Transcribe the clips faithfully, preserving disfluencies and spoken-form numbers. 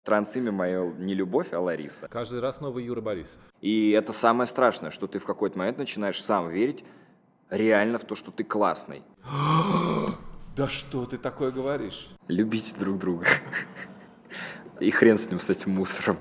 Трансимя мое не Любовь, а Лариса. Каждый раз новый Юра Борисов. И это самое страшное, что ты в какой-то момент начинаешь сам верить реально в то, что ты классный. Да что ты такое говоришь? Любите друг друга. И хрен с ним, с этим мусором.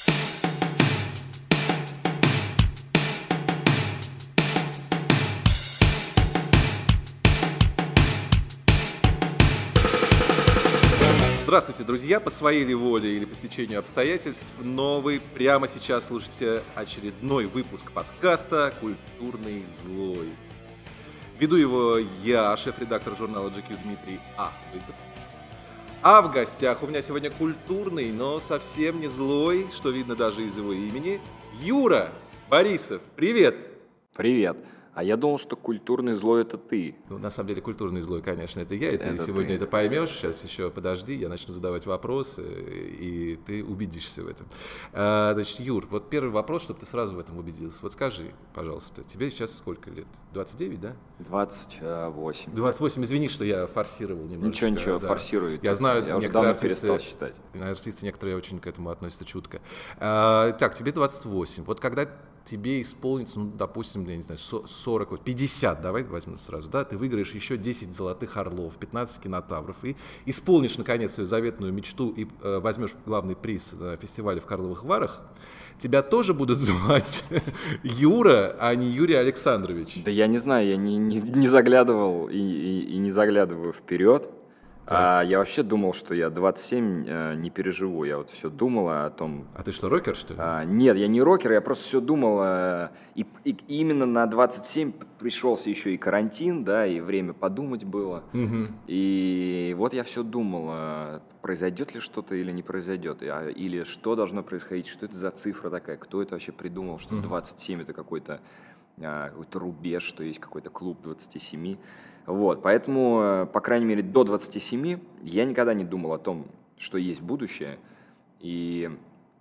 Здравствуйте, друзья! По своей ли воле или по стечению обстоятельств, но вы прямо сейчас слушаете очередной выпуск подкаста «Культурный злой». Веду его я, шеф-редактор журнала джи кью Дмитрий А. Быков. А в гостях у меня сегодня культурный, но совсем не злой, что видно даже из его имени, Юра Борисов. Привет! Привет! А я думал, что культурный злой — это ты. Ну, на самом деле, культурный злой, конечно, это я, и ты Это сегодня ты. это поймешь. Сейчас еще подожди, я начну задавать вопросы, и ты убедишься в этом. А, значит, Юр, вот первый вопрос, чтобы ты сразу в этом убедился. Вот скажи, пожалуйста, тебе сейчас сколько лет? двадцать девять, да? двадцать восемь. двадцать восемь, извини, что я форсировал немножечко. Ничего, ничего, да. форсирую. Я знаю, я уже некоторые давно артисты, перестал считать. артисты некоторые очень к этому относятся чутко. А, так, тебе двадцать восемь. Вот когда тебе исполнится, ну, допустим, я не знаю, сорок, пятьдесят, давай возьмем сразу, да, ты выиграешь еще десять золотых орлов, пятнадцать кинотавров и исполнишь, наконец, свою заветную мечту и э, возьмешь главный приз на фестивале в Карловых Варах, тебя тоже будут звать Юра, а не Юрий Александрович. Да я не знаю, я не, не, не заглядывал и, и, и не заглядываю вперед. А я вообще думал, что я двадцать семь э, не переживу. Я вот все думал о том... А ты что, рокер, что ли? А, нет, я не рокер, я просто все думал. Э, и, и именно на двадцать семь пришелся еще и карантин, да, и время подумать было. Угу. И вот я все думал, э, произойдет ли что-то или не произойдет. А, или что должно происходить, что это за цифра такая, кто это вообще придумал, что Угу. двадцать семь это какой-то, э, какой-то рубеж, что есть какой-то клуб двадцать семь. Вот, поэтому, по крайней мере, до двадцати семи я никогда не думал о том, что есть будущее, и,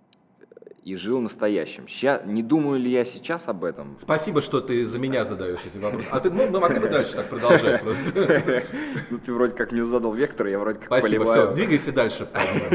и жил настоящим. Сейчас, не думаю ли я сейчас об этом? Спасибо, что ты за меня задаешь эти вопросы. А ты, ну, мы могли бы дальше так продолжать просто. Ну, ты вроде как мне задал вектор, я вроде как Спасибо, поливаю. все, двигайся дальше.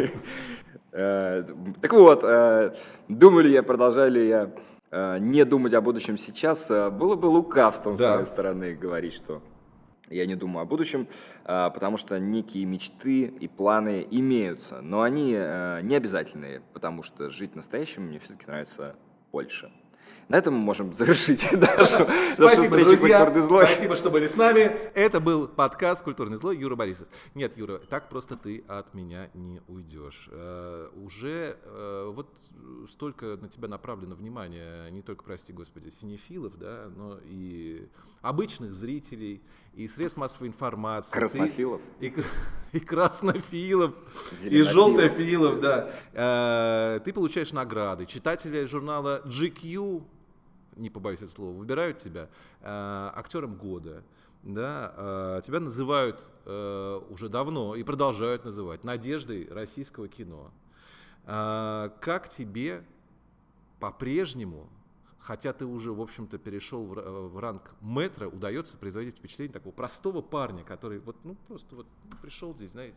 Так вот, думаю ли я, продолжаю ли я не думать о будущем сейчас, было бы лукавством с моей стороны говорить, что... Я не думаю о будущем, потому что некие мечты и планы имеются, но они не обязательные, потому что жить настоящим мне все-таки нравится больше. На этом мы можем завершить нашу Спасибо, друзья. «Культурный злой». Спасибо, что были с нами. Это был подкаст «Культурный злой», Юра Борисов. Нет, Юра, так просто ты от меня не уйдешь. Uh, уже uh, вот столько на тебя направлено внимание, не только, прости господи, синефилов, да, но и обычных зрителей, и средств массовой информации. Краснофилов. Ты, и, и краснофилов, и желтофилов, да. Uh, ты получаешь награды. Читатели журнала джи кью, не побоюсь этого слова, выбирают тебя э, актером года, да, э, тебя называют э, уже давно и продолжают называть надеждой российского кино. Э, как тебе по-прежнему, хотя ты уже, в общем-то, перешел в, в ранг мэтра, удается производить впечатление такого простого парня, который вот, ну, просто вот пришел здесь, знаете,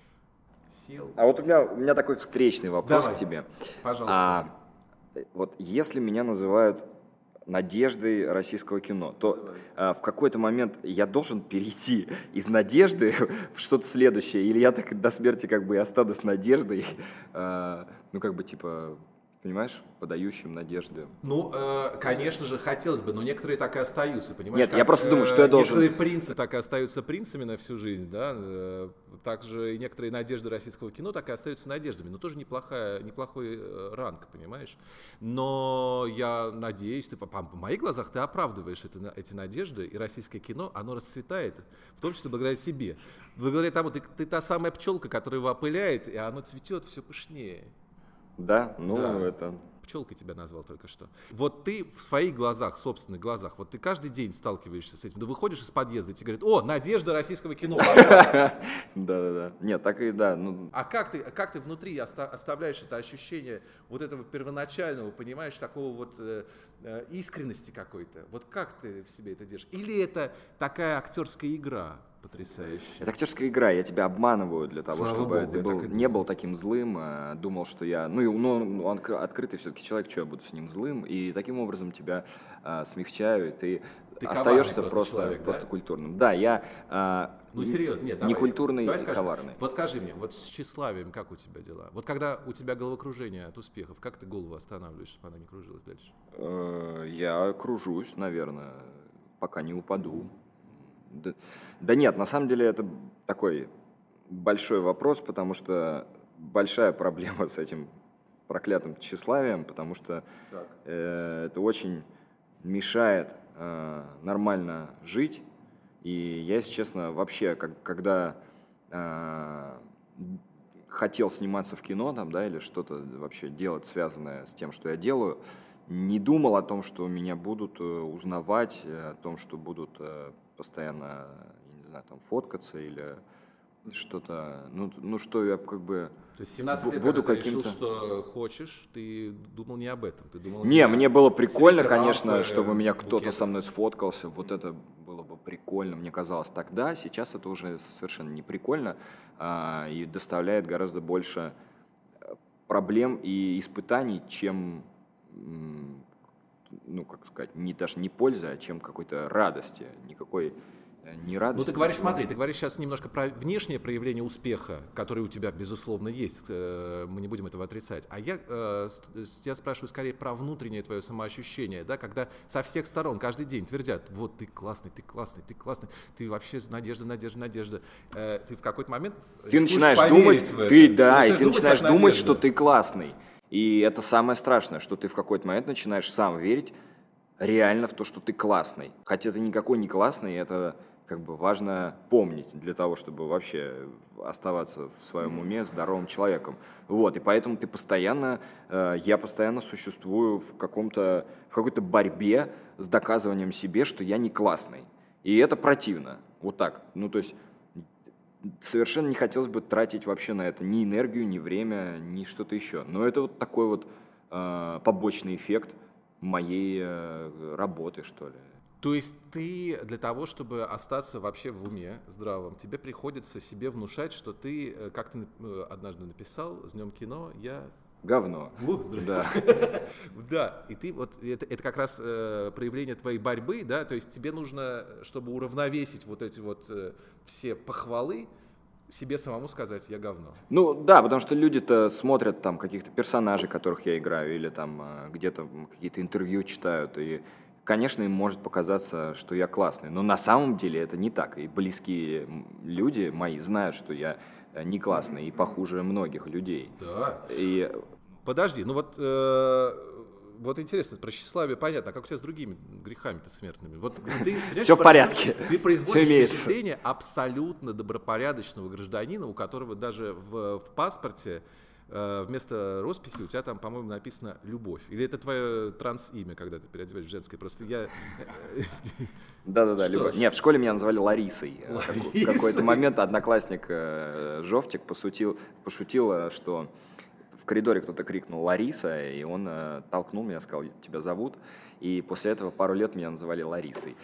сел. А вот у меня, у меня такой встречный вопрос Давай, к тебе. Пожалуйста. А, вот если меня называют надеждой российского кино, то э, в какой-то момент я должен перейти из надежды в что-то следующее, или я так до смерти как бы и останусь надеждой, э, ну как бы типа, понимаешь, подающим надежды. Ну, э, конечно же, хотелось бы, но некоторые так и остаются, понимаешь? Нет, как, я просто думаю, что я должен... Некоторые принцы так и остаются принцами на всю жизнь, да, э, также и некоторые надежды российского кино так и остаются надеждами, но тоже неплохая, неплохой э, ранг, понимаешь? Но я надеюсь, ты, по, по моих глазах ты оправдываешь это, эти надежды, и российское кино, оно расцветает, в том числе благодаря тебе. Благодаря тому, ты, ты та самая пчелка, которая его опыляет, и оно цветет все пышнее. Да, ну да. это... Пчелкой тебя назвал только что. Вот ты в своих глазах, собственных глазах, вот ты каждый день сталкиваешься с этим. Ты выходишь из подъезда, и тебе говорят: о, надежда российского кино. Да-да-да. Нет, так и да. А как ты, как ты внутри оставляешь это ощущение вот этого первоначального, понимаешь, такого вот искренности какой-то? Вот как ты в себе это держишь? Или это такая актерская игра? Потрясающе. Это актерская игра, я тебя обманываю для того, Слава чтобы Богу, ты я был, так и не думал. был таким злым, а, думал, что я... Ну, и- ну, он к- открытый все-таки человек, что я буду с ним злым, и таким образом тебя а, смягчаю, и ты, Ты остаешься коварный просто просто, человек, просто да? культурным. Да, я а, Ну, н- серьезно, нет, не давай. культурный Давай и скажем. коварный. Вот скажи мне, вот с тщеславием как у тебя дела? Вот когда у тебя головокружение от успехов, как ты голову останавливаешь, чтобы она не кружилась дальше? Э, Я кружусь, наверное, пока не упаду. Да, да нет, на самом деле это такой большой вопрос, потому что большая проблема с этим проклятым тщеславием, потому что Так. э, это очень мешает э, нормально жить. И я, если честно, вообще, как, когда э, хотел сниматься в кино там, да, или что-то вообще делать, связанное с тем, что я делаю, не думал о том, что меня будут э, узнавать, э, о том, что будут э, постоянно, я не знаю, там фоткаться или что-то, ну, т- ну что я как бы То есть в семнадцать бу- лет, буду когда ты решил, каким-то... что хочешь, ты думал не об этом, ты думал Не, о мне было прикольно, свете конечно, рампы, чтобы меня кто-то букетов. со мной сфоткался, вот это было бы прикольно, мне казалось тогда, сейчас это уже совершенно не прикольно а, и доставляет гораздо больше э, проблем и испытаний, чем, м, ну, как сказать, не даже не пользы, а чем какой-то радости, никакой э, не радости. Ну, ты говоришь, ничего. смотри, ты говоришь сейчас немножко про внешнее проявление успеха, который у тебя, безусловно, есть, э, мы не будем этого отрицать. А я э, с- с- тебя спрашиваю скорее про внутреннее твое самоощущение, да, когда со всех сторон каждый день твердят, вот ты классный, ты классный, ты классный, ты вообще надежда, надежда, надежда. Э, ты в какой-то момент Ты рискуешь начинаешь поверить думать, в это. ты, да, и ты думать, начинаешь как думать, Надежда. что ты классный. И это самое страшное, что ты в какой-то момент начинаешь сам верить реально в то, что ты классный. Хотя ты никакой не классный, это как бы важно помнить для того, чтобы вообще оставаться в своем уме здоровым человеком. Вот, и поэтому ты постоянно, э, я постоянно существую в каком-то, в какой-то борьбе с доказыванием себе, что я не классный. И это противно. Вот так. Ну, то есть совершенно не хотелось бы тратить вообще на это ни энергию, ни время, ни что-то еще. Но это вот такой вот э, побочный эффект моей э, работы, что ли. То есть ты для того, чтобы остаться вообще в уме здравом, тебе приходится себе внушать, что ты, э, как ты нап- э, однажды написал, с Днем кино, я... Говно. Ух, Да. здрасте. Да, и ты вот, это, это как раз э, проявление твоей борьбы, да, то есть тебе нужно, чтобы уравновесить вот эти вот э, все похвалы, себе самому сказать, я говно. Ну да, потому что люди-то смотрят там каких-то персонажей, которых я играю, или там э, где-то м, какие-то интервью читают, и, конечно, им может показаться, что я классный, но на самом деле это не так, и близкие м, люди мои знают, что я э, не классный, и похуже многих людей. Да. И Подожди, ну вот, э, вот интересно, про тщеславие понятно, а как у тебя с другими грехами-то смертными? Вот ты, понимаешь, Всё в порядке. Ты производишь Всё имеется. впечатление абсолютно добропорядочного гражданина, у которого даже в, в паспорте э, вместо росписи у тебя там, по-моему, написано «любовь». Или это твое транс-имя, когда ты переодеваешь в женское? Просто я... Да-да-да, Что любовь. ж? Нет, в школе меня называли Ларисой. Ларисой. В какой-то момент одноклассник э, Жовтик пошутил, пошутил, э, что в коридоре кто-то крикнул «Лариса», и он э, толкнул меня, сказал «Тебя зовут?». И после этого пару лет меня называли Ларисой.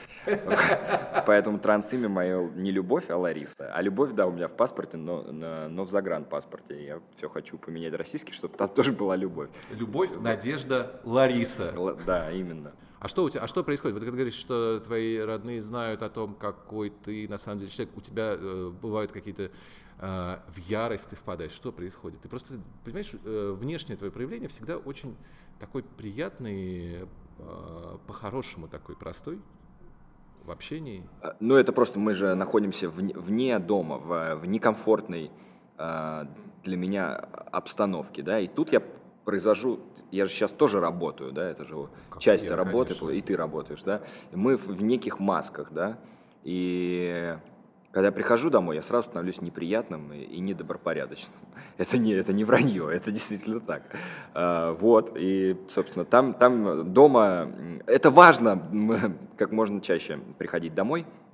Поэтому транс-имя мое не Любовь, а Лариса. А Любовь, да, у меня в паспорте, но, но, но в загранпаспорте. Я все хочу поменять российский, чтобы там тоже была Любовь. Любовь, Надежда, Лариса. Л- Да, именно. А что у тебя, а что происходит? Вот ты говоришь, что твои родные знают о том, какой ты на самом деле человек, у тебя э, бывают какие-то э, в ярость ты впадаешь. Что происходит? Ты просто, понимаешь, э, внешнее твое проявление всегда очень такой приятный, э, по-хорошему такой простой в общении. А, Ну, это просто мы же находимся вне, вне дома, в, в некомфортной а, для меня обстановке, да, и тут я произвожу, я же сейчас тоже работаю, да, это же Как часть я, работы, конечно. и ты работаешь, да, и мы в, в неких масках, да, и когда я прихожу домой, я сразу становлюсь неприятным и, и недобропорядочным. Это не, это не вранье, это действительно так. А, вот, и, собственно, там, там дома, м, это важно м, как можно чаще приходить домой,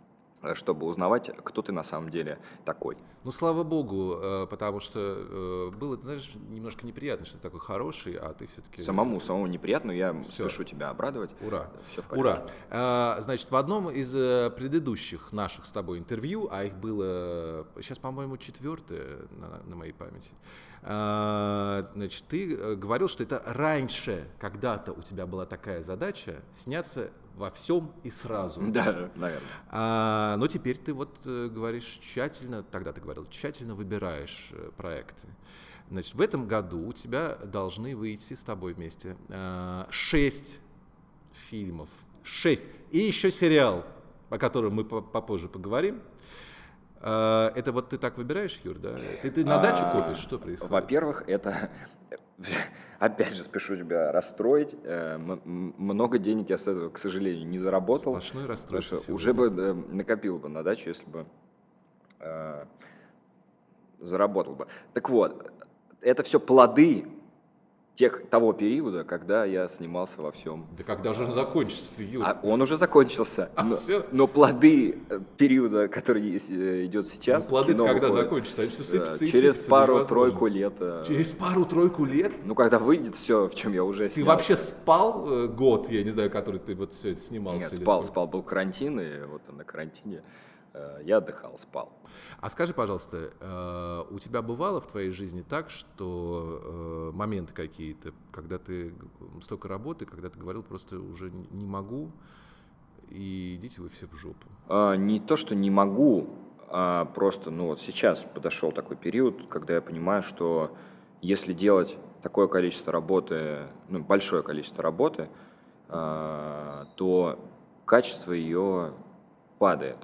чтобы узнавать, кто ты на самом деле такой. Ну, слава богу, потому что было, знаешь, немножко неприятно, что ты такой хороший, а ты все-таки... Самому, самому неприятно, я Все. спешу тебя обрадовать. Ура. Все в порядке. Ура. Значит, в одном из предыдущих наших с тобой интервью, а их было, сейчас, по-моему, четвертое на, на моей памяти, значит, ты говорил, что это раньше, когда-то у тебя была такая задача сняться во всем и сразу. Да, наверное. А, но теперь ты вот э, говоришь тщательно, тогда ты говорил, тщательно выбираешь э, проекты. Значит, в этом году у тебя должны выйти с тобой вместе э, шесть фильмов. Шесть. И еще сериал, о котором мы попозже поговорим. Э, это вот ты так выбираешь, Юр, да? Ты, ты на дачу копишь? Что происходит? Во-первых, это... Опять же, спешу тебя расстроить. Много денег я с этого, к сожалению, не заработал. Сплошное расстройство. Уже бы накопил бы на дачу, если бы э, заработал бы. Так вот, это все плоды тех, того периода, когда я снимался во всем. Да когда же он закончится, Юр? А он уже закончился. А но, все? но плоды периода, который есть, идет сейчас... Ну, плоды когда выходит, закончатся? Они все сыпятся и через сыпятся, пару-тройку лет. Через пару-тройку лет? Ну, когда выйдет все, в чем я уже снялся. Ты вообще спал э, год, я не знаю, который ты вот все это снимался? Нет, спал, сколько? спал. Был карантин, и вот на карантине э, я отдыхал, спал. А скажи, пожалуйста, э, у тебя бывало в твоей жизни так, что э, моменты какие-то, когда ты столько работы, когда ты говорил просто уже не могу, и идите вы все в жопу? А, не то, что не могу, а просто, ну вот сейчас подошел такой период, когда я понимаю, что если делать такое количество работы, ну большое количество работы, а, то качество ее падает.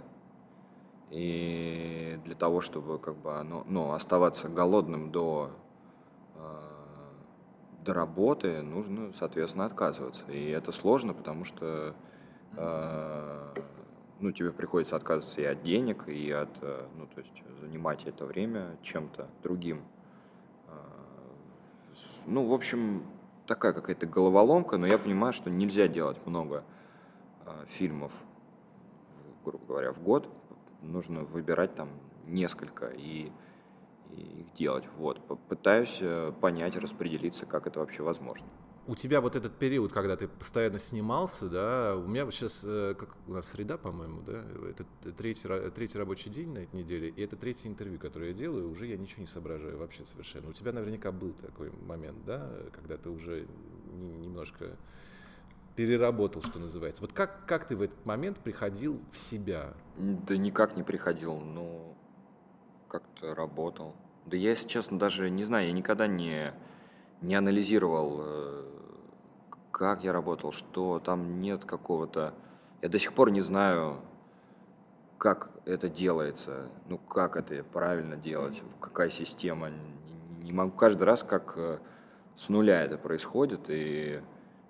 И для того, чтобы как бы оно, ну, оставаться голодным до, э, до работы, нужно, соответственно, отказываться. И это сложно, потому что э, ну, тебе приходится отказываться и от денег, и от, э, ну, то есть занимать это время чем-то другим. Э, ну, в общем, такая какая-то головоломка, но я понимаю, что нельзя делать много э, фильмов, грубо говоря, в год. Нужно выбирать там несколько и, и их делать. Вот. Пытаюсь понять, распределиться, как это вообще возможно. У тебя вот этот период, когда ты постоянно снимался, да, у меня сейчас, как у нас среда, по-моему, да, это третий, третий рабочий день на этой неделе, и это третье интервью, которое я делаю, уже я ничего не соображаю вообще совершенно. У тебя наверняка был такой момент, да, когда ты уже немножко переработал, что называется. Вот как, как ты в этот момент приходил в себя? Да никак не приходил, но как-то работал. Да я, если честно, даже не знаю, я никогда не, не анализировал, как я работал, что там нет какого-то... Я до сих пор не знаю, как это делается, ну как это правильно делать, какая система. Не могу каждый раз, как с нуля это происходит, и...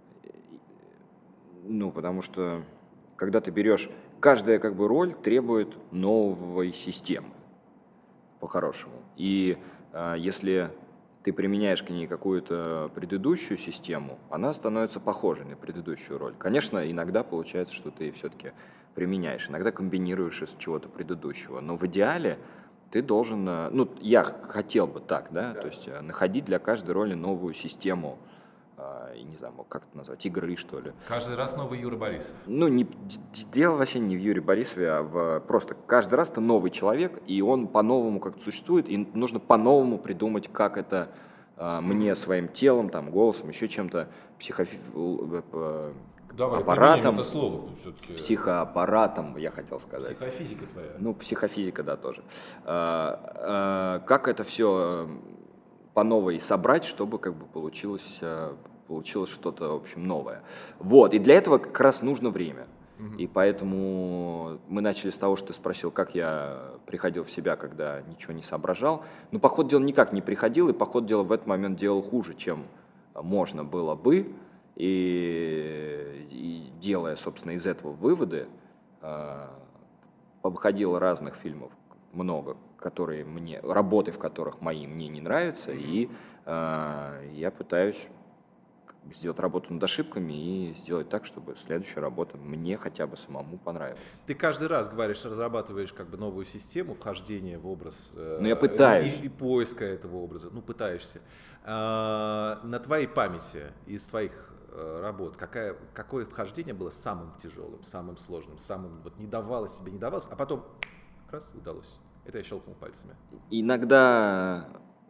Ну, потому что, когда ты берешь, каждая как бы роль требует новой системы, по-хорошему. И э, если ты применяешь к ней какую-то предыдущую систему, она становится похожей на предыдущую роль. Конечно, иногда получается, что ты все-таки применяешь, иногда комбинируешь из чего-то предыдущего, но в идеале ты должен, ну, я хотел бы так, да, да. То есть находить для каждой роли новую систему, не знаю, как это назвать, игры, что ли. Каждый раз новый Юра Борисов. Ну, не, дело вообще не в Юрии Борисове, а в, просто каждый раз это новый человек, и он по-новому как-то существует, и нужно по-новому придумать, как это а, мне своим телом, там, голосом, еще чем-то, психофи... Давай, аппаратом, это слово все-таки. Психоаппаратом, я хотел сказать. Психофизика твоя. Ну, психофизика, да, тоже. А, а, как это все по новой собрать, чтобы как бы получилось, получилось что-то, в общем, новое. Вот, и для этого как раз нужно время. Угу. И поэтому мы начали с того, что ты спросил, как я приходил в себя, когда ничего не соображал. Ну, по ходу дела, никак не приходил, и по ходу дела в этот момент делал хуже, чем можно было бы. И, и делая, собственно, из этого выводы, э, повыходило разных фильмов много, которые мне, работы в которых мои мне не нравятся, и э, я пытаюсь сделать работу над ошибками и сделать так, чтобы следующая работа мне хотя бы самому понравилась. Ты каждый раз говоришь, разрабатываешь как бы новую систему вхождения в образ. Ну, я пытаюсь. И, и поиска этого образа. Ну, пытаешься. А, на твоей памяти из твоих работ какая, какое вхождение было самым тяжелым, самым сложным, самым вот не давалось себе, не давалось, а потом раз, удалось. Это я щелкнул пальцами. Иногда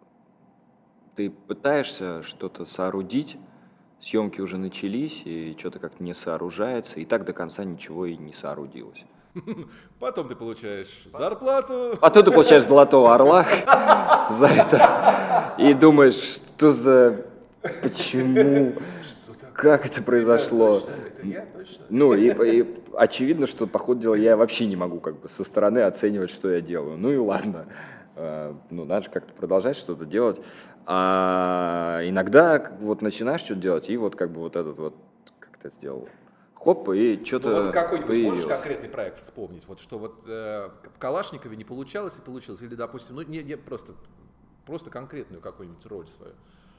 ты пытаешься что-то соорудить, съемки уже начались, и что-то как-то не сооружается, и так до конца ничего и не соорудилось. Потом ты получаешь зарплату. Потом ты получаешь золотого орла за это, и думаешь, что за... Почему? Как это произошло? Это, это я, точно? Ну, и, и очевидно, что, по ходу дела, я вообще не могу как бы со стороны оценивать, что я делаю. Ну и ладно. Uh, ну, надо же как-то продолжать что-то делать. А иногда вот начинаешь что-то делать, и вот как бы вот этот вот, как ты сделал, хоп, и что-то ну, вот какой-нибудь появилось. Можешь конкретный проект вспомнить? Вот что вот э, в Калашникове не получалось и получилось? Или, допустим, ну, не, не просто, просто конкретную какую-нибудь роль свою?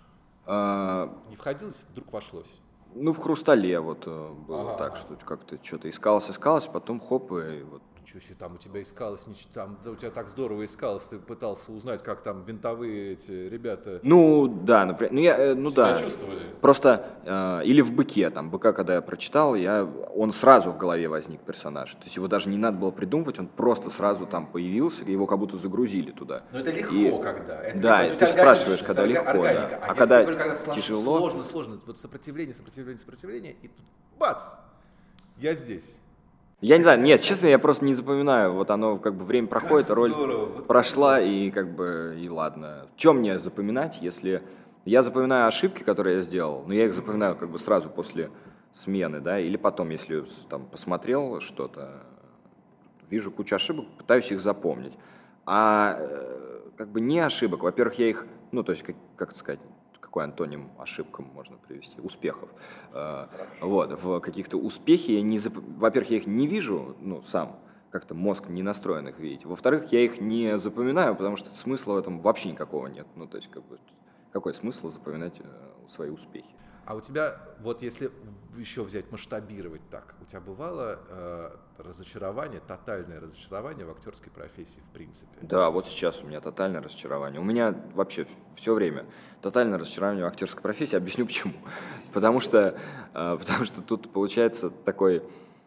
Uh, не входилось, вдруг вошлось? Ну, в «Хрустале» вот было ага, так, что как-то что-то искалось, искалось, потом хоп, и вот. Ничего себе, там у тебя искалось, там да, у тебя так здорово искалось, ты пытался узнать, как там винтовые эти ребята. Ну, да, например, ну, я, ну себя да. чувствовали? Просто, э, или в «Быке», там, «Быка», когда я прочитал, я, он сразу в голове возник, персонаж. То есть его даже не надо было придумывать, он просто сразу там появился, его как будто загрузили туда. Но это легко, и, когда. Это да, легко, ты же спрашиваешь, когда легко, органика. да. А, а когда, говорю, когда тяжело. Сложно, сложно, вот сопротивление, сопротивление, сопротивление, и тут бац, я здесь. Я не знаю, нет, честно, я просто не запоминаю, вот оно как бы время проходит, как роль здорово, вот прошла, и как бы, и ладно. Чем мне запоминать, если я запоминаю ошибки, которые я сделал, но я их запоминаю как бы сразу после смены, да, или потом, если там посмотрел что-то, вижу кучу ошибок, пытаюсь их запомнить. А как бы не ошибок, во-первых, я их, ну, то есть, как, как это сказать, какой антоним ошибкам можно привести? Успехов. Хорошо. Вот, в каких-то успехи я не, зап... во-первых, я их не вижу, ну, сам, как-то мозг не настроен их видеть. Во-вторых, я их не запоминаю, потому что смысла в этом вообще никакого нет. Ну, то есть, как бы, какой смысл запоминать свои успехи? А у тебя, вот если еще взять, масштабировать так, у тебя бывало э, разочарование, тотальное разочарование в актерской профессии, в принципе? Да, вот сейчас у меня тотальное разочарование. У меня вообще все время тотальное разочарование в актерской профессии. Объясню почему. Потому что, э, потому что тут получается такой...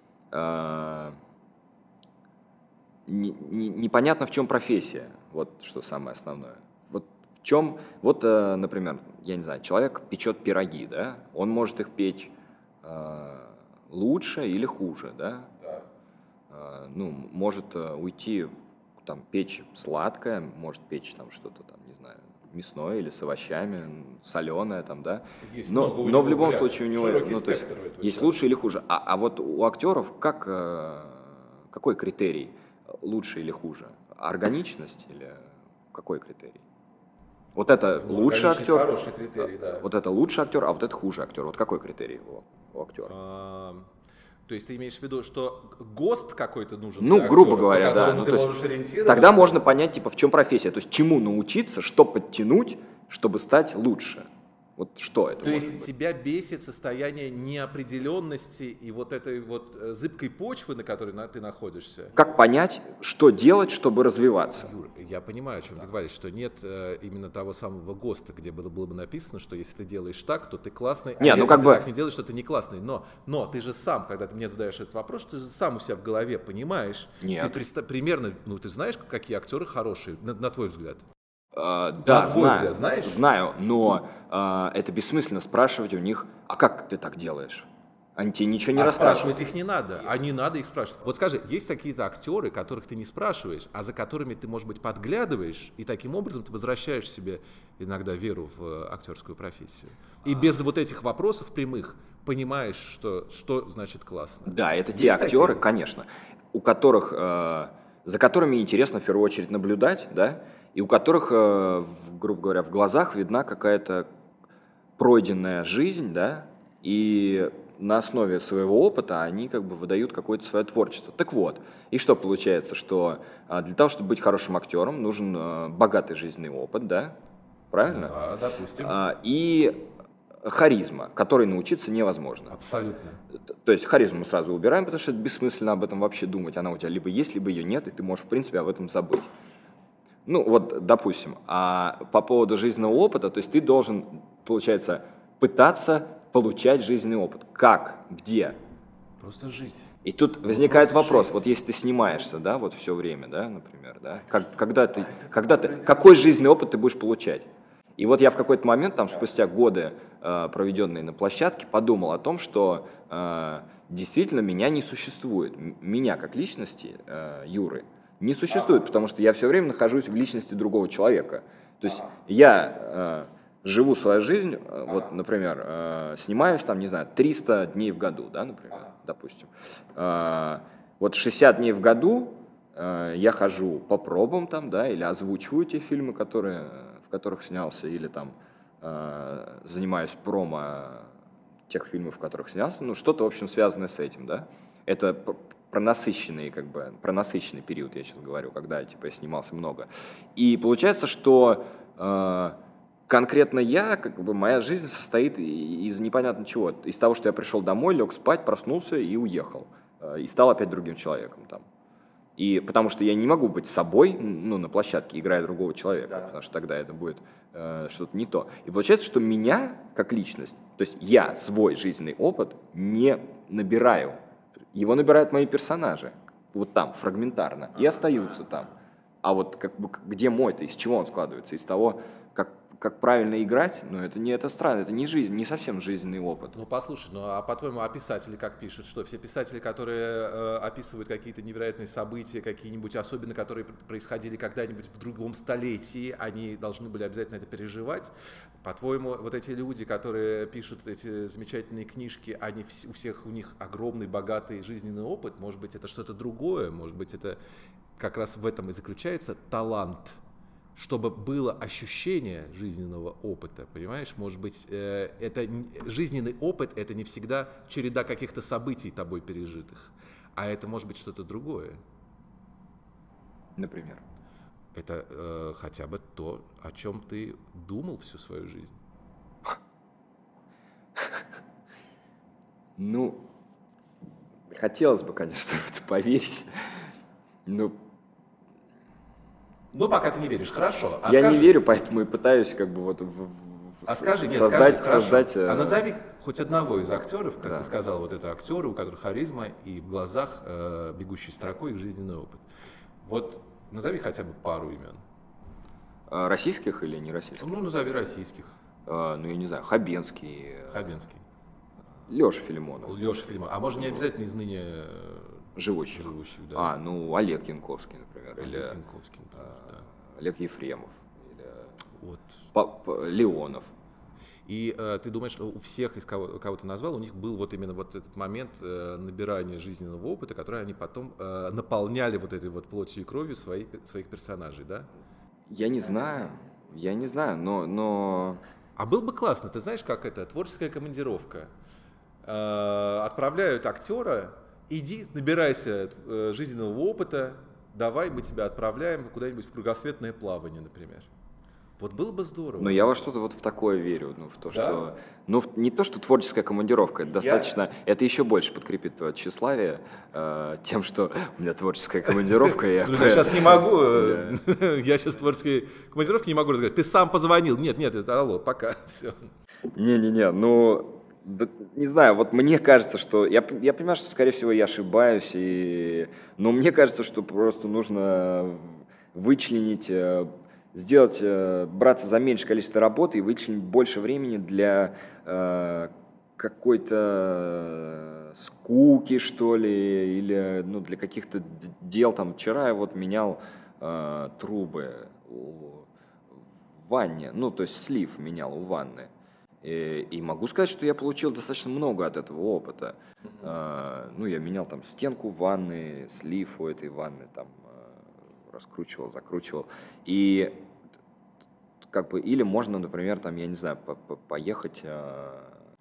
Э, не, не, непонятно, в чем профессия. Вот что самое основное. Вот в чем, вот, э, например, я не знаю, человек печет пироги, да, он может их печь э, лучше или хуже, да, да. Э, ну, может э, уйти, там, печь сладкое, может печь там что-то там, не знаю, мясное или с овощами, соленое там, да, есть но, много, но в любом вариант, случае у него, ну, то есть, есть лучше или хуже, а, а вот у актеров как, э, какой критерий, лучше или хуже, органичность или какой критерий? Вот это ну, лучший актер, хороший критерий, да. Вот это лучший актер, а вот это хуже актер. Вот какой критерий у, у актера? А, то есть ты имеешь в виду, что ГОСТ какой-то нужен? Ну, для грубо актера, говоря, да. Ну, то есть, тогда можно понять, типа, в чем профессия. То есть чему научиться, что подтянуть, чтобы стать лучше. Вот что это? То есть быть? Тебя бесит состояние неопределенности и вот этой вот зыбкой почвы, на которой ты находишься? Как понять, что делать, чтобы развиваться? Юр, я понимаю, о чем ты говоришь, что нет э, именно того самого ГОСТа, где было, было бы написано, что если ты делаешь так, то ты классный, не, а ну, если как ты бы... так не делаешь, то ты не классный. Но, но ты же сам, когда ты мне задаешь этот вопрос, ты же сам у себя в голове понимаешь, нет. ты приста- примерно, ну ты знаешь, какие актеры хорошие, на, на твой взгляд? Uh, да, знаю, взгляд, знаешь? знаю, но uh, это бессмысленно спрашивать у них, а как ты так делаешь? Они тебе ничего не а расспрашивают. Спрашивать их не надо, а не надо их спрашивать. Вот скажи, есть какие-то актеры, которых ты не спрашиваешь, а за которыми ты, может быть, подглядываешь, и таким образом ты возвращаешь себе иногда веру в актерскую профессию. И а. без вот этих вопросов прямых понимаешь, что, что значит классно. Да, это есть те актеры, такие? Конечно, у которых, э, за которыми интересно в первую очередь наблюдать, да, и у которых, грубо говоря, в глазах видна какая-то пройденная жизнь, да, и на основе своего опыта они как бы выдают какое-то свое творчество. Так вот, и что получается, что для того, чтобы быть хорошим актером, нужен богатый жизненный опыт, да, правильно? Да, допустим. И харизма, которой научиться невозможно. Абсолютно. То есть харизму мы сразу убираем, потому что это бессмысленно об этом вообще думать. Она у тебя либо есть, либо ее нет, и ты можешь, в принципе, об этом забыть. Ну, вот, допустим. А по поводу жизненного опыта, то есть ты должен, получается, пытаться получать жизненный опыт. Как? Где? Просто жить. И тут возникает Просто вопрос, жить. вот если ты снимаешься, да, вот все время, да, например, да, как, когда ты, когда ты, какой жизненный опыт ты будешь получать? И вот я в какой-то момент, там, спустя годы, э, проведенные на площадке, подумал о том, что э, действительно меня не существует. М- Меня как личности, э, Юры, не существует, потому что я все время нахожусь в личности другого человека. То есть я э, живу свою жизнь, э, вот, например, э, снимаюсь там, не знаю, триста дней в году, да, например, допустим. Э, вот шестьдесят дней в году э, я хожу по пробам там, да, или озвучиваю те фильмы, которые, в которых снялся, или там э, занимаюсь промо тех фильмов, в которых снялся, ну, что-то, в общем, связанное с этим, да. Это п- про насыщенный, как бы, про насыщенный период, я сейчас говорю, когда, типа, я снимался много. И получается, что э, конкретно я, как бы, моя жизнь состоит и- из непонятно чего. Из того, что я пришел домой, лег спать, проснулся и уехал. Э, И стал опять другим человеком там. И потому что я не могу быть собой, ну, на площадке, играя другого человека, Да. потому что тогда это будет э, что-то не то. И получается, что меня, как личность, то есть я свой жизненный опыт не набираю. Его набирают мои персонажи, вот там, фрагментарно, и остаются там. А вот как бы, где мой-то, из чего он складывается? Из того, как, как правильно играть? Ну, это не это странно, это не жизнь, не совсем жизненный опыт. Ну, послушай, ну а по-твоему, а писатели как пишут? Что все писатели, которые э, описывают какие-то невероятные события, какие-нибудь, особенно которые происходили когда-нибудь в другом столетии, они должны были обязательно это переживать? По-твоему, вот эти люди, которые пишут эти замечательные книжки, они вс- у всех у них огромный, богатый жизненный опыт? Может быть, это что-то другое? Может быть, это как раз в этом и заключается талант? Чтобы было ощущение жизненного опыта, понимаешь? Может быть, э, это н- жизненный опыт — это не всегда череда каких-то событий тобой пережитых, а это может быть что-то другое. Например. Это э, хотя бы то, о чем ты думал всю свою жизнь. Ну, хотелось бы, конечно, в это поверить, но Ну, пока ты не веришь, хорошо. А я скажи, не верю, поэтому и пытаюсь как бы вот в- в- А скажи, нет, создать, скажи, хорошо. создать. э, А назови хоть одного из актеров, как Да. ты сказал, вот это актеры, у которых харизма и в глазах э, бегущей строкой их жизненный опыт. Вот назови хотя бы пару имен. э, Российских или не российских? Ну, назови российских. Э, Ну, я не знаю, Хабенский, э, Хабенский. Леша Филимонов, Леша Филимонов. А может, не обязательно из ныне э, живущих. живущих, да? А, ну, Олег Янковский, например, или Олег Янковский, например, да. Олег Ефремов, или Вот. Па- Па- Леонов. И э, ты думаешь, что у всех, из кого, кого ты назвал, у них был вот именно вот этот момент э, набирания жизненного опыта, который они потом э, наполняли вот этой вот плотью и кровью свои, своих персонажей, да? Я не знаю, я не знаю, но, но... А было бы классно, ты знаешь, как это, творческая командировка. Э, отправляют актера, иди, набирайся э, жизненного опыта, давай мы тебя отправляем куда-нибудь в кругосветное плавание, например. Вот было бы здорово. Но я во что-то вот в такое верю, ну, в то, Да? что... Ну, в- не то, что творческая командировка, это достаточно... Это еще больше подкрепит твое тщеславие э, тем, что у меня творческая командировка. и я Друзья, сейчас не могу, э, Да. я сейчас в творческой командировке не могу разговаривать. Ты сам позвонил. Нет, нет, это алло, пока, все. Не-не-не, ну, да, не знаю, вот мне кажется, что, я, п- я понимаю, что, скорее всего, я ошибаюсь, и, но мне кажется, что просто нужно вычленить, э, сделать, э, браться за меньшее количество работы и вычленить больше времени для э, какой-то скуки, что ли, или, ну, для каких-то д- дел, там, вчера я вот менял э, трубы у- в ванне, ну, то есть слив менял у ванны. И, и могу сказать, что я получил достаточно много от этого опыта. А, ну, я менял там стенку ванны, слив у этой ванны, там а, раскручивал, закручивал. И как бы, или можно, например, там, я не знаю, по- по- поехать а,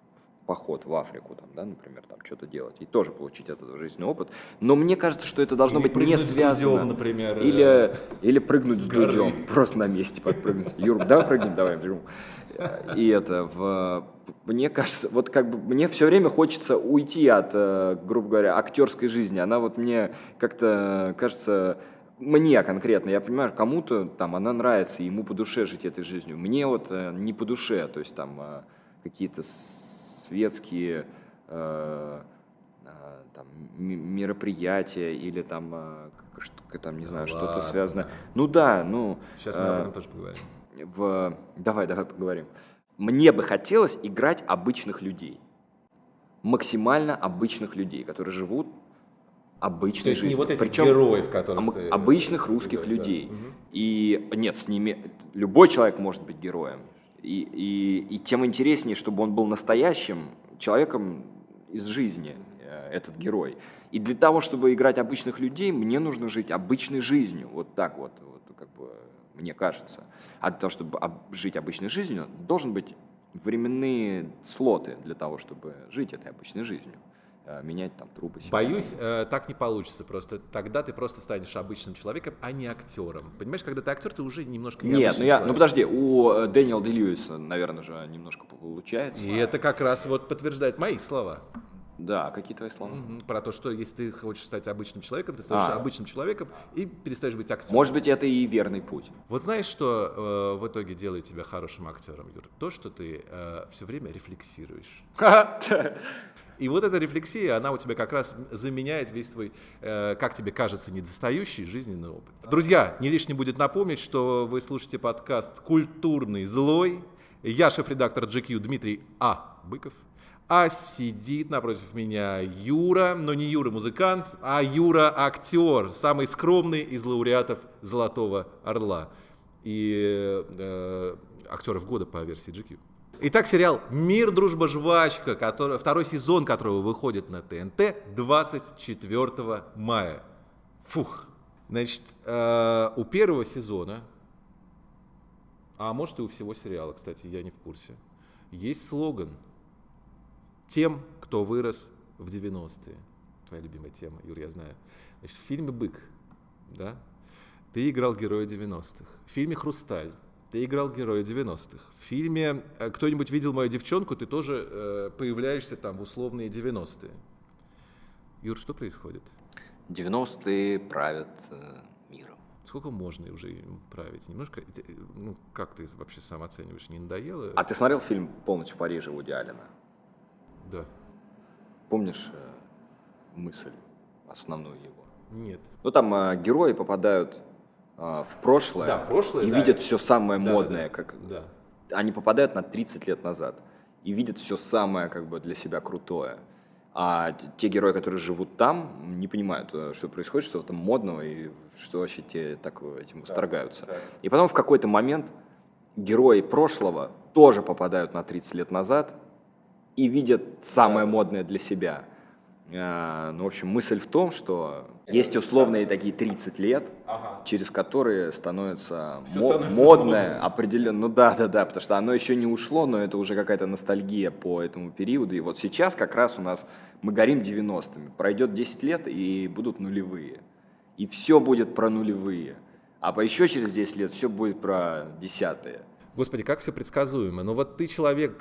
поход в Африку, там, да, например, там что-то делать и тоже получить этот жизненный опыт. Но мне кажется, что это должно или быть не связано. Дудем, например, или, или прыгнуть с дудем, просто на месте подпрыгнуть. Юр, давай прыгнем, давай. И это, в, мне кажется, вот как бы мне все время хочется уйти от, грубо говоря, актерской жизни. Она вот мне как-то кажется, мне конкретно, я понимаю, кому-то там она нравится, ему по душе жить этой жизнью. Мне вот не по душе, то есть там какие-то светские э, э, там, мероприятия или там, э, что, там не знаю, да что-то связано. Ну да, ну... Сейчас мы э, об этом тоже поговорим. В... Давай, давай поговорим. Мне бы хотелось играть обычных людей. Максимально обычных людей, которые живут обычной То есть жизнью. не вот этих Причем героев, которых об... ты... обычных русских да, людей. Да. И нет, с ними... Любой человек может быть героем. И, и, и тем интереснее, чтобы он был настоящим человеком из жизни, этот герой. И для того, чтобы играть обычных людей, мне нужно жить обычной жизнью. Вот так вот, вот как бы мне кажется. А для того, чтобы жить обычной жизнью, должен быть временные слоты для того, чтобы жить этой обычной жизнью. Менять там трубы. Боюсь, э, так не получится. Просто тогда ты просто станешь обычным человеком, а не актером. Понимаешь, когда ты актер, ты уже немножко не Нет, ну я, ну подожди, у Дэниела Дэ-Льюиса, наверное же, немножко получается. И это как раз вот подтверждает мои слова. Да, какие твои слова? Mm-hmm. Про то, что если ты хочешь стать обычным человеком, ты становишься а. обычным человеком и перестаешь быть актером. Может быть, это и верный путь. Вот знаешь, что э, в итоге делает тебя хорошим актером, Юр? То, что ты э, все время рефлексируешь. И вот эта рефлексия, она у тебя как раз заменяет весь твой, э, как тебе кажется, недостающий жизненный опыт. Друзья, не лишне будет напомнить, что вы слушаете подкаст «Культурный злой». Я шеф-редактор джи кью Дмитрий А. Быков. А сидит напротив меня Юра, но не Юра музыкант, а Юра актер, самый скромный из лауреатов «Золотого орла» и э, актеров года по версии джи кью. Итак, сериал «Мир, дружба, жвачка», который, второй сезон которого выходит на тэ эн тэ двадцать четвёртого мая. Фух. Значит, э, у первого сезона, а может и у всего сериала, кстати, я не в курсе, есть слоган «Тем, кто вырос в девяностые». Твоя любимая тема, Юр, я знаю. Значит, в фильме «Бык», да, ты играл героя девяностых. В фильме «Хрусталь» ты играл героя девяностых. В фильме «Кто-нибудь видел мою девчонку» ты тоже э, появляешься там в условные девяностые. Юр, что происходит? девяностые правят э, миром. Сколько можно уже им править? Немножко, ну, как ты вообще сам оцениваешь, не надоело? А ты смотрел фильм «Полночь в Париже» Вуди Аллена? Да. Помнишь э, мысль основную его? Нет. Ну, там э, герои попадают в прошлое, да, в прошлое и да, видят это... все самое да, модное, да, как да. Они попадают на тридцать лет назад и видят все самое как бы для себя крутое. А те герои, которые живут там, не понимают, что происходит, что там модного и что вообще те так этим восторгаются. Да, да. И потом в какой-то момент герои прошлого тоже попадают на тридцать лет назад и видят самое да. модное для себя. Ну, в общем, мысль в том, что есть условные такие тридцать лет, ага. через которые становится, мо- становится модное, определенно, ну да, да, да, потому что оно еще не ушло, но это уже какая-то ностальгия по этому периоду. И вот сейчас как раз у нас мы горим девяностыми, пройдет десять лет и будут нулевые. И все будет про нулевые. А еще через десять лет все будет про десятые. Господи, как все предсказуемо. Но вот ты человек,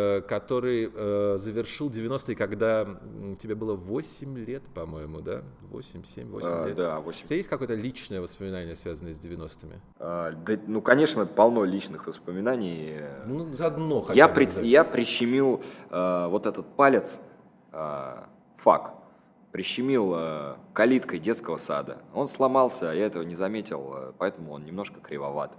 который завершил девяностые, когда тебе было восемь лет, по-моему, да? восемь, семь, восемь а, лет. Да, восемь. У тебя есть какое-то личное воспоминание, связанное с девяностыми? А, да, ну, конечно, полно личных воспоминаний. Ну, заодно хотя я бы. При, я прищемил э, вот этот палец, э, фак, прищемил э, калиткой детского сада. Он сломался, я этого не заметил, поэтому он немножко кривоват.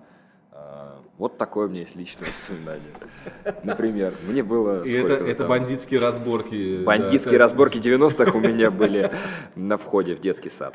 Вот такое у меня есть личное воспоминание. Например, мне было... И это, это бандитские разборки. Бандитские да, разборки девяностых у меня были на входе в детский сад.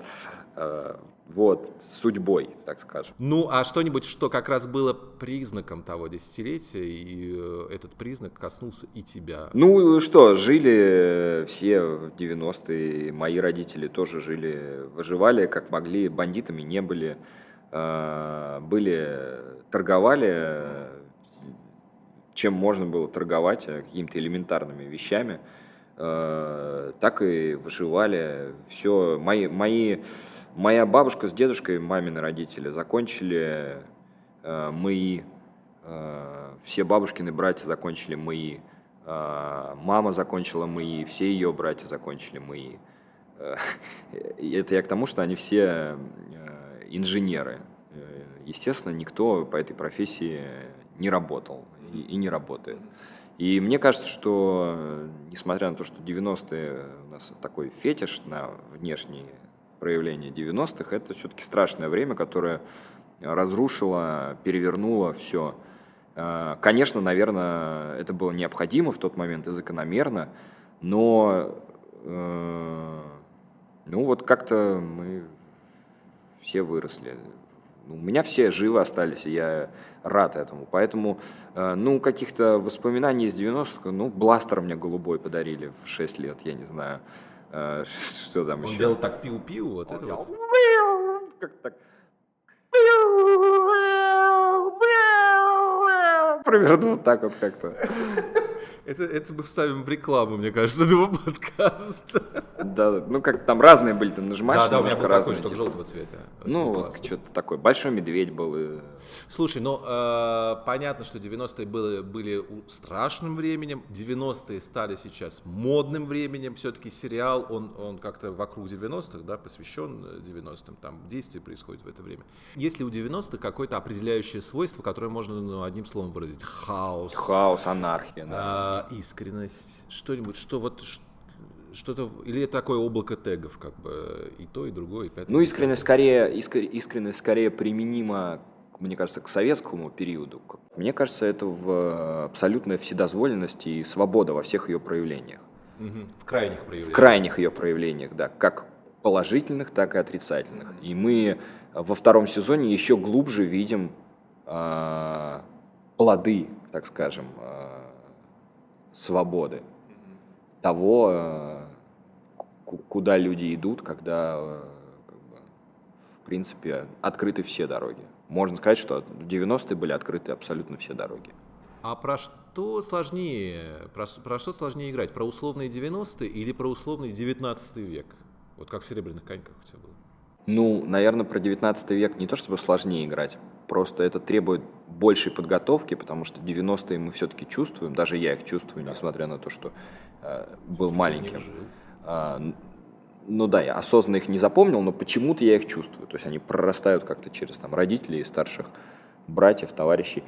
Вот, с судьбой, так скажем. Ну, а что-нибудь, что как раз было признаком того десятилетия, и этот признак коснулся и тебя? Ну, что, жили все в девяностые, мои родители тоже жили, выживали как могли, бандитами не были. Были, торговали чем можно было торговать какими-то элементарными вещами, так и выживали. Все, мои, мои, моя бабушка с дедушкой, мамины родители, закончили МИИ, все бабушкины братья закончили МИИ, мама закончила МИИ, все ее братья закончили МИИ. Это я к тому, что они все инженеры. Естественно, никто по этой профессии не работал и, и не работает. И мне кажется, что, несмотря на то, что девяностые у нас такой фетиш на внешние проявления девяностых, это все-таки страшное время, которое разрушило, перевернуло все. Конечно, наверное, это было необходимо в тот момент и закономерно, но ну вот как-то мы все выросли. У меня все живы остались, и я рад этому. Поэтому, ну, каких-то воспоминаний из девяностых, ну, бластер мне голубой подарили в шесть лет, я не знаю, что там Он еще. Он делал так пиу-пиу, вот это вот. Как так? Примерно вот так вот как-то. Это, это мы вставим в рекламу, мне кажется, этого подкаста. Да, ну как там разные были, там нажимаешь, да, да, немножко у меня был разные. Такой, что желтого цвета. Ну, вот что-то такое. Большой медведь был. И... Слушай, ну э, понятно, что девяностые были, были страшным временем, девяностые стали сейчас модным временем. Все-таки сериал, он, он как-то вокруг девяностых, да, посвящен девяностым, там действие происходит в это время. Есть ли у девяностых какое-то определяющее свойство, которое можно ну, одним словом выразить? Хаос. Хаос, анархия, да. Искренность, что-нибудь, что вот что-то, или это такое облако тегов, как бы и то, и другое, и пятое. Ну, искренность скорее, искренность скорее применима, мне кажется, к советскому периоду. Мне кажется, это в абсолютная вседозволенность и свобода во всех ее проявлениях. Угу. В крайних проявлениях. В крайних ее проявлениях, да, как положительных, так и отрицательных. И мы во втором сезоне еще глубже видим э, плоды, так скажем, э, свободы, того, э, куда люди идут, когда, э, как бы, в принципе, открыты все дороги. Можно сказать, что в девяностые были открыты абсолютно все дороги. А про что сложнее, про, про что сложнее играть? Про условные девяностые или про условный девятнадцатый век? Вот как в «Серебряных коньках» у тебя было. Ну, наверное, про девятнадцатый век не то чтобы сложнее играть, просто это требует большей подготовки, потому что девяностые мы все-таки чувствуем, даже я их чувствую, несмотря на то, что э, был маленьким. А, ну да, я осознанно их не запомнил, но почему-то я их чувствую, то есть они прорастают как-то через там, родителей, старших братьев, товарищей.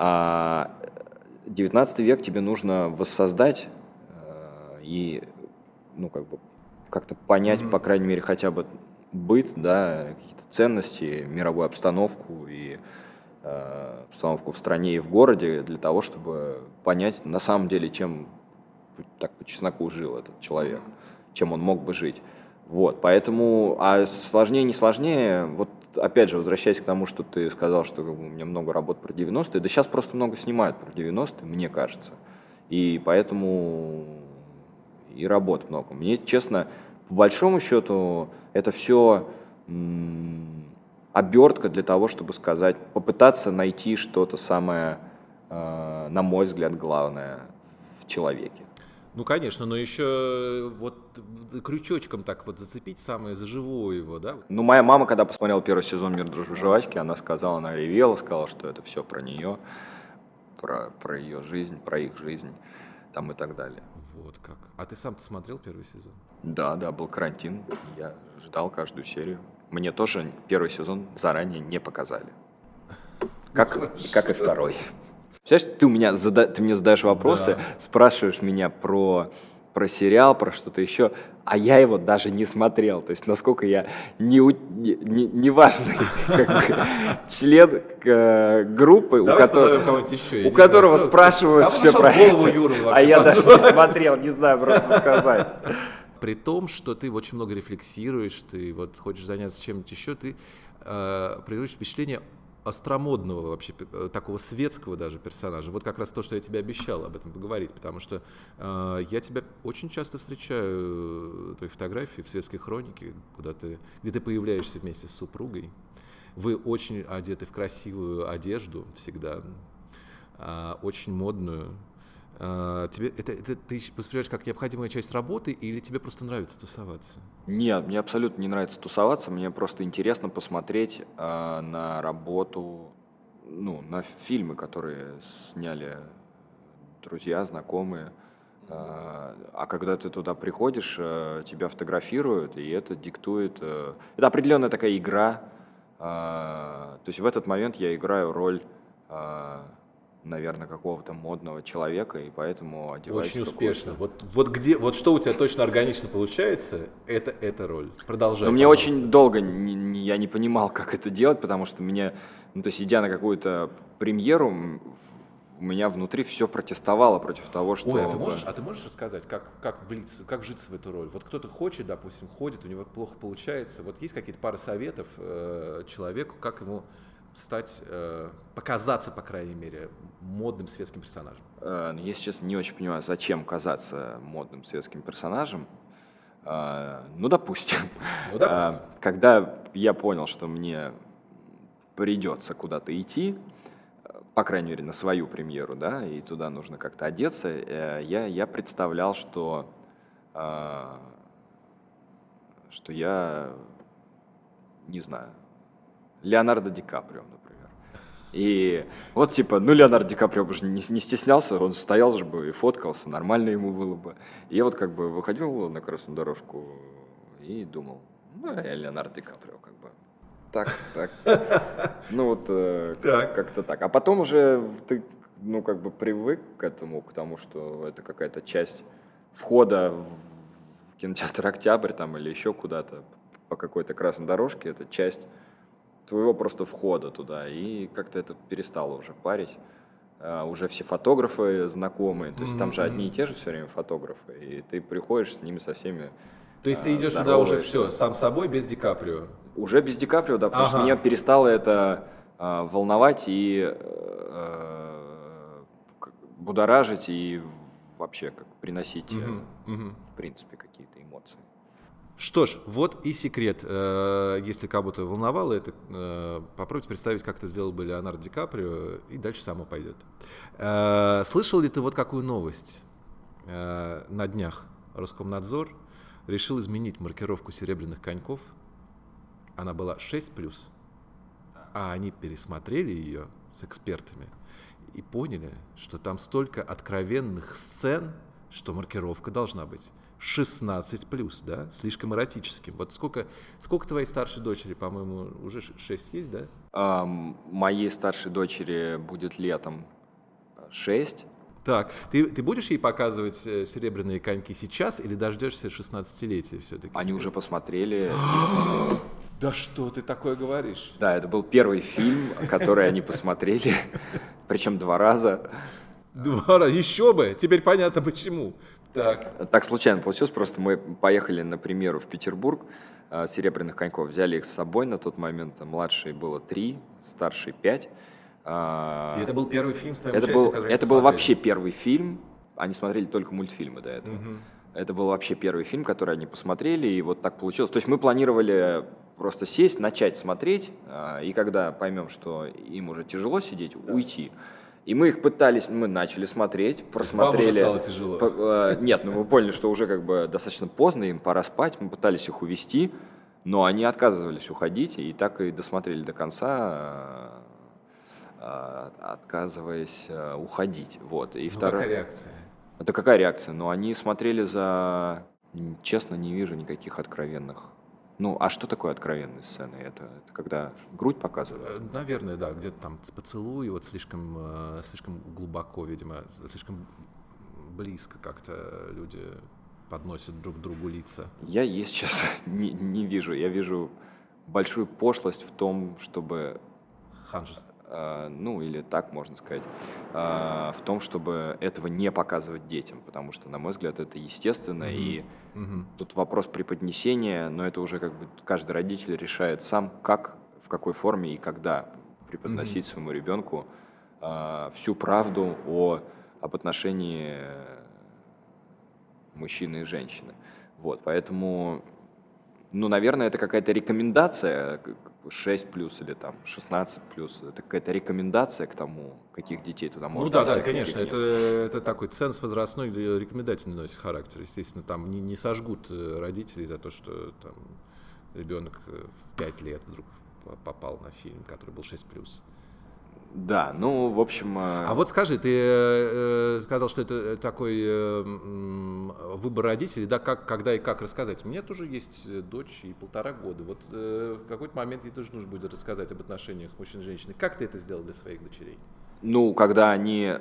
А девятнадцатый век тебе нужно воссоздать э, и, ну, как бы, как-то понять, mm-hmm. по крайней мере, хотя бы быт, да, какие-то ценности, мировую обстановку и э, обстановку в стране и в городе для того, чтобы понять на самом деле, чем так по чесноку жил этот человек, чем он мог бы жить. Вот, поэтому, а сложнее, не сложнее, вот опять же, возвращаясь к тому, что ты сказал, что как бы, у меня много работ про девяностые, да сейчас просто много снимают про девяностые, мне кажется, и поэтому и работ много. Мне, честно, по большому счету, это все м- обертка для того, чтобы сказать, попытаться найти что-то самое, э- на мой взгляд, главное в человеке. Ну, конечно, но еще вот крючочком так вот зацепить самое за живое его, да? Ну, моя мама, когда посмотрела первый сезон «Мир, дружбы, жвачки», она сказала, она ревела, сказала, что это все про нее, про, про ее жизнь, про их жизнь, там и так далее. Вот как. А ты сам-то смотрел первый сезон? Да, да, был карантин, я ждал каждую серию. Мне тоже первый сезон заранее не показали, как, ну, как и второй. Представляешь, ты, у меня зада... ты мне задаешь вопросы, да. Спрашиваешь меня про, про сериал, про что-то еще, а я его даже не смотрел. То есть, насколько я не, не, не, не важный как бы, член к, группы, у, которого, еще, у которого знаю, спрашивают все про это, а я даже не смотрел, не знаю просто сказать. При том, что ты очень много рефлексируешь, ты вот хочешь заняться чем-нибудь еще, ты э, производишь впечатление остромодного вообще, такого светского даже персонажа. Вот как раз то, что я тебе обещал об этом поговорить, потому что э, я тебя очень часто встречаю, твои фотографии в светской хронике, куда ты, где ты появляешься вместе с супругой. Вы очень одеты в красивую одежду всегда. а, очень модную. А, тебе это, это ты воспринимаешь как необходимая часть работы или тебе просто нравится тусоваться? Нет, мне абсолютно не нравится тусоваться, мне просто интересно посмотреть э, на работу, ну, на фильмы, которые сняли друзья, знакомые. Э, а когда ты туда приходишь, э, тебя фотографируют, и это диктует... Э, это определенная такая игра. Э, то есть в этот момент я играю роль... Э, наверное, какого-то модного человека, и поэтому одеваюсь. Очень успешно. Вот, вот где, вот что у тебя точно органично получается, это эта роль. Продолжай. Но мне пожалуйста. очень долго не, не, я не понимал, как это делать, потому что мне, ну то есть идя на какую-то премьеру, у меня внутри все протестовало против того, что. Ой, а ты можешь, а ты можешь рассказать, как как влиться, как вжиться в эту роль? Вот кто-то хочет, допустим, ходит, у него плохо получается. Вот есть какие-то пары советов э, человеку, как ему стать, э, показаться, по крайней мере, модным светским персонажем? Э, я сейчас не очень понимаю, зачем казаться модным светским персонажем. Э, ну, допустим. Ну, допустим. Э, когда я понял, что мне придется куда-то идти, по крайней мере, на свою премьеру, да, и туда нужно как-то одеться, э, я, я представлял, что, э, что я, не знаю, Леонардо Ди Каприо, например. И вот типа, ну Леонардо Ди Каприо бы же не, не стеснялся, он стоял же бы и фоткался, нормально ему было бы. И я вот как бы выходил на красную дорожку и думал, ну я Леонардо Ди Каприо как бы. Так, так. Ну вот э, Так. как-то так. А потом уже ты, ну как бы привык к этому, к тому, что это какая-то часть входа в кинотеатр «Октябрь» там или еще куда-то по какой-то красной дорожке, это часть твоего просто входа туда, и как-то это перестало уже парить. Uh, уже все фотографы знакомые, то есть mm-hmm. там же одни и те же все время фотографы, и ты приходишь с ними со всеми. То есть uh, ты идешь туда уже все, сам собой, без Ди Каприо? Уже без Ди Каприо, да, потому ага. что меня перестало это uh, волновать и uh, будоражить, и вообще как приносить, mm-hmm. Mm-hmm. в принципе, какие-то эмоции. Что ж, вот и секрет. Если кого-то волновало это, попробуйте представить, как это сделал бы Леонардо Ди Каприо, и дальше само пойдет. Слышал ли ты вот какую новость? На днях Роскомнадзор решил изменить маркировку серебряных коньков. Она была шесть плюс, а они пересмотрели ее с экспертами и поняли, что там столько откровенных сцен, что маркировка должна быть шестнадцать плюс, да, слишком эротическим. Вот сколько, сколько твоей старшей дочери, по-моему, уже шесть есть, да? А, моей старшей дочери будет летом шесть. Так, ты, ты будешь ей показывать серебряные коньки сейчас или дождешься шестнадцатилетия все-таки? Они уже посмотрели. Да что ты такое говоришь? Да, это был первый фильм, который они посмотрели, причем два раза. Два раза, еще бы, теперь понятно почему. Так. Так случайно получилось, просто мы поехали на премьеру в Петербург э, «Серебряных коньков», взяли их с собой на тот момент, младшей было три, старшей пять. Э, И это был первый фильм с твоим это участием, был, который Это был вообще первый фильм, они смотрели только мультфильмы до этого. Угу. Это был вообще первый фильм, который они посмотрели, и вот так получилось. То есть мы планировали просто сесть, начать смотреть, э, и когда поймем, что им уже тяжело сидеть, да. уйти. И мы их пытались, мы начали смотреть, просмотрели. Вам уже стало тяжело? По, э, нет, ну мы поняли, что уже как бы достаточно поздно, им пора спать. Мы пытались их увести, но они отказывались уходить, и так и досмотрели до конца, э, э, отказываясь э, уходить. Вот. И ну, вторая... какая реакция? Это какая реакция? Ну, они смотрели за... Честно, не вижу никаких откровенных. Ну, а что такое откровенные сцены? Это, это когда грудь показывают? Наверное, да, где-то там поцелуй, вот слишком, слишком глубоко, видимо, слишком близко как-то люди подносят друг другу лица. Я, если честно, не, не вижу. Я вижу большую пошлость в том, чтобы... Ханжество. Э, ну, или так можно сказать. Э, в том, чтобы этого не показывать детям. Потому что, на мой взгляд, это естественно. Mm-hmm. И mm-hmm. тут вопрос преподнесения, но это уже как бы каждый родитель решает сам, как, в какой форме и когда преподносить mm-hmm. своему ребенку э, всю правду о, об отношении мужчины и женщины. Вот, поэтому, ну, наверное, это какая-то рекомендация, шесть плюс или там шестнадцать плюс. Это какая-то рекомендация к тому, каких детей туда можно. Ну да, да, конечно, это, это такой ценз возрастной рекомендательный носит характер. Естественно, там не, не сожгут родителей за то, что там ребенок в пять лет вдруг попал на фильм, который был шесть плюс. Да, ну, в общем... А вот скажи, ты э, сказал, что это такой э, выбор родителей, да, как, когда и как рассказать. У меня тоже есть дочь, ей полтора года. Вот э, в какой-то момент ей тоже нужно будет рассказать об отношениях мужчин и женщин. Как ты это сделал для своих дочерей? Ну, когда они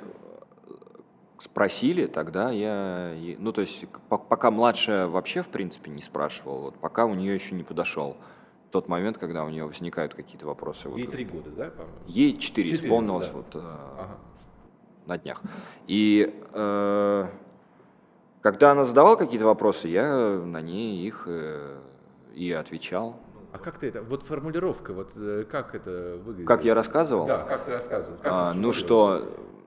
спросили, тогда я... Ну, то есть, пока младшая вообще, в принципе, не спрашивала, вот пока у нее еще не подошел тот момент, когда у нее возникают какие-то вопросы. Ей три года, да, по-моему? Ей четыре исполнилось, да. вот, э, ага. на днях. И э, когда она задавала какие-то вопросы, я на ней их э, и отвечал. А как ты это, вот формулировка, вот как это выглядит? Как я рассказывал? Да, как ты рассказывал. Как а, ты ну что...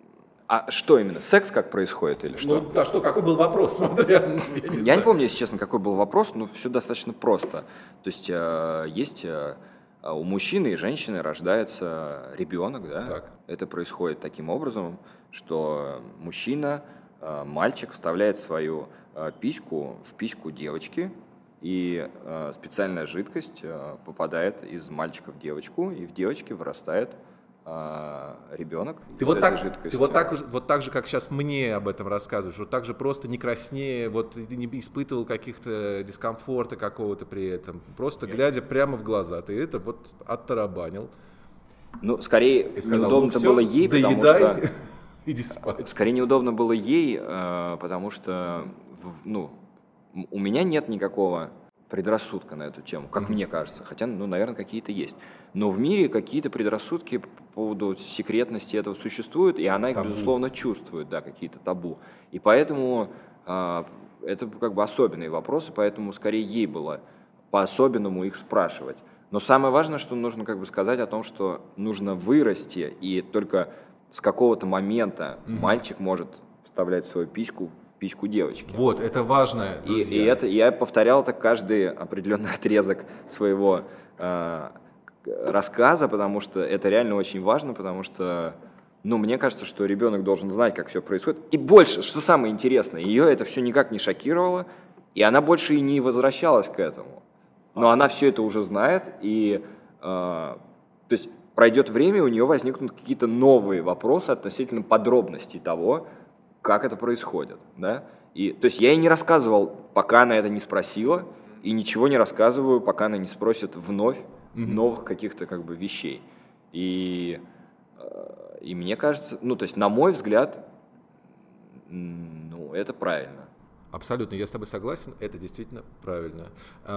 А что именно? Секс как происходит или что? Ну да, что, какой был вопрос, смотря, я не Я не помню, если честно, какой был вопрос, но все достаточно просто. То есть э, есть э, у мужчины и женщины рождается ребенок, да? Так. Это происходит таким образом, что мужчина, э, мальчик вставляет свою э, письку в письку девочки, и э, специальная жидкость э, попадает из мальчика в девочку, и в девочке вырастает ребенок. Ты вот так, ты вот так, вот так же, как сейчас мне об этом рассказываешь, вот так же просто не краснее, вот ты не испытывал каких-то дискомфорта какого-то при этом, просто глядя прямо в глаза, ты это вот оттарабанил. Ну, скорее сказал, неудобно ну, все, было ей, потому доедай, что... иди спать. Скорее неудобно было ей, потому что, ну, у меня нет никакого предрассудка на эту тему, как mm-hmm. мне кажется, хотя, ну, наверное, какие-то есть. Но в мире какие-то предрассудки по поводу секретности этого существуют, и она их, табу. безусловно, чувствует, да, какие-то табу. И поэтому э, это как бы особенные вопросы, поэтому скорее ей было по-особенному их спрашивать. Но самое важное, что нужно как бы сказать о том, что нужно вырасти, и только с какого-то момента mm-hmm. мальчик может вставлять свою письку письку девочки. Вот, это важно. И, и это я повторял это каждый определенный отрезок своего э, рассказа, потому что это реально очень важно, потому что, ну, мне кажется, что ребенок должен знать, как все происходит. И больше, что самое интересное, ее это все никак не шокировало, и она больше и не возвращалась к этому. Но она все это уже знает, и, э, то есть, пройдет время, у нее возникнут какие-то новые вопросы относительно подробностей того, как это происходит, да, и, то есть я ей не рассказывал, пока она это не спросила, и ничего не рассказываю, пока она не спросит вновь mm-hmm. новых каких-то, как бы, вещей, и, и мне кажется, ну, то есть, на мой взгляд, ну, это правильно. Абсолютно, я с тобой согласен, это действительно правильно.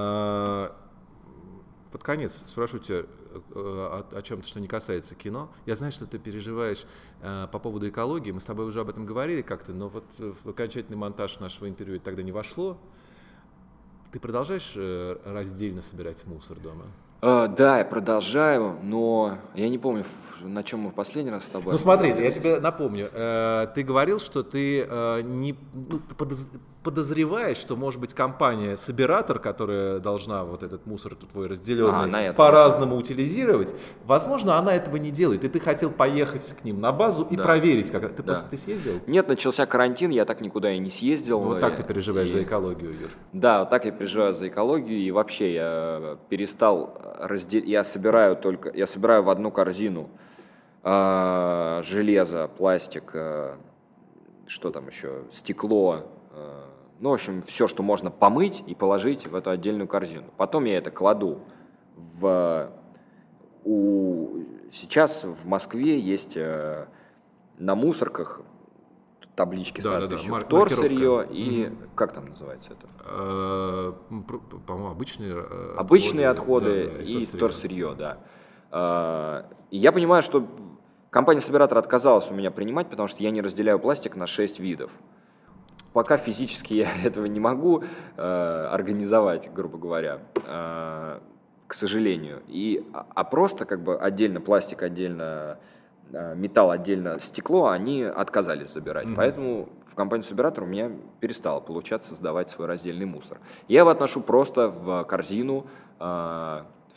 Под конец спрошу тебя о, о чем-то, что не касается кино. Я знаю, что ты переживаешь э, по поводу экологии. Мы с тобой уже об этом говорили как-то, но вот в окончательный монтаж нашего интервью это тогда не вошло. Ты продолжаешь э, раздельно собирать мусор дома? Uh, да, я продолжаю, но я не помню, на чем мы в последний раз с тобой. Ну смотри, я тебе напомню, э, ты говорил, что ты э, не ну, ты подоз, подозреваешь, что может быть компания-собиратор, которая должна вот этот мусор твой разделенный а, по-разному утилизировать, возможно, она этого не делает, и ты хотел поехать к ним на базу и да. проверить, как ты, да. ты съездил? Нет, начался карантин, я так никуда и не съездил. Вот так ты переживаешь и... за экологию, Юр. Да, вот так я переживаю за экологию, и вообще я перестал раздел... я собираю только, я собираю в одну корзину э, железо, пластик, э, что там еще, стекло, э, ну, в общем, все, что можно помыть и положить в эту отдельную корзину. Потом я это кладу в... У... Сейчас в Москве есть э, на мусорках таблички да, с надписью да, да. «Вторсырье» и... Mm-hmm. Как там называется это? По-моему, обычные отходы. Обычные отходы да, да, и вторсырье, да. И я понимаю, что компания-собиратор отказалась у меня принимать, потому что я не разделяю пластик на шесть видов. Пока физически я этого не могу организовать, грубо говоря, к сожалению. И, а просто как бы отдельно пластик, отдельно металл, отдельно стекло, они отказались забирать. Mm-hmm. Поэтому в компанию-собиратор у меня перестало получаться сдавать свой раздельный мусор. Я его отношу просто в корзину э,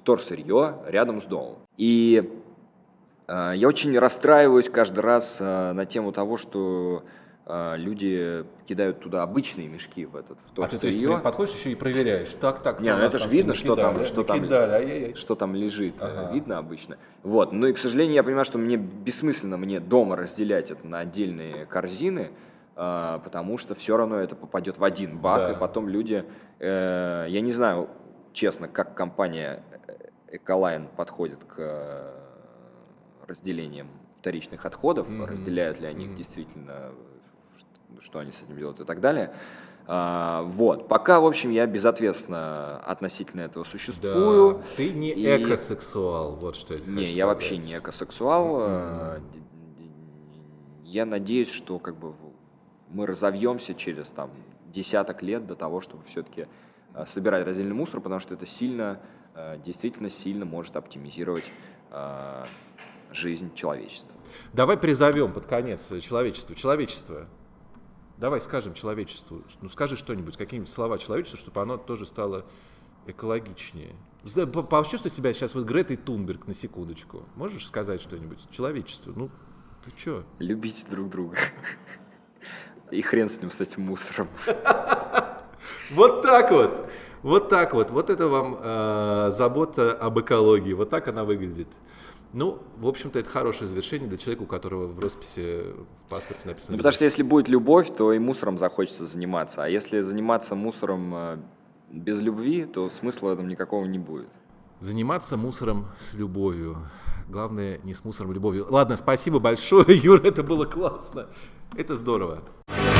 вторсырье рядом с домом. И э, я очень расстраиваюсь каждый раз э, на тему того, что э, люди кидают туда обычные мешки в этот вторсырье. А ты, то есть, подходишь еще и проверяешь? Так, так, не, ну это же видно, что там, что, там, что там лежит, ага. Видно обычно. Вот. Ну и, к сожалению, я понимаю, что мне бессмысленно мне дома разделять это на отдельные корзины, э, потому что все равно это попадет в один бак, да. И потом люди, э, я не знаю, честно, как компания Эколайн подходит к разделениям вторичных отходов, mm-hmm. разделяют ли они их mm-hmm. действительно, что они с этим делают и так далее. А, вот. Пока, в общем, я безответственно относительно этого существую. Да. Ты не и... экосексуал, вот что я хочу Не, сказать. Я вообще не экосексуал. Mm-hmm. Я надеюсь, что как бы мы разовьемся через там, десяток лет до того, чтобы все-таки собирать раздельный мусор, потому что это сильно, действительно сильно может оптимизировать жизнь человечества. Давай призовем под конец человечество. Человечество. Давай скажем человечеству. Ну, скажи что-нибудь, какие-нибудь слова человечеству, чтобы оно тоже стало экологичнее. Почувствуй себя сейчас вот Гретой Тунберг на секундочку. Можешь сказать что-нибудь человечеству? Ну, ты что? Любите друг друга. И хрен с ним, с этим мусором. Вот так вот. Вот так вот. Вот это вам э, забота об экологии. Вот так она выглядит. Ну, в общем-то, это хорошее завершение для человека, у которого в росписи в паспорте написано. Ну, потому что если будет любовь, то и мусором захочется заниматься. А если заниматься мусором без любви, то смысла в этом никакого не будет. Заниматься мусором с любовью. Главное, не с мусором, а любовью. Ладно, спасибо большое, Юра, это было классно. Это здорово.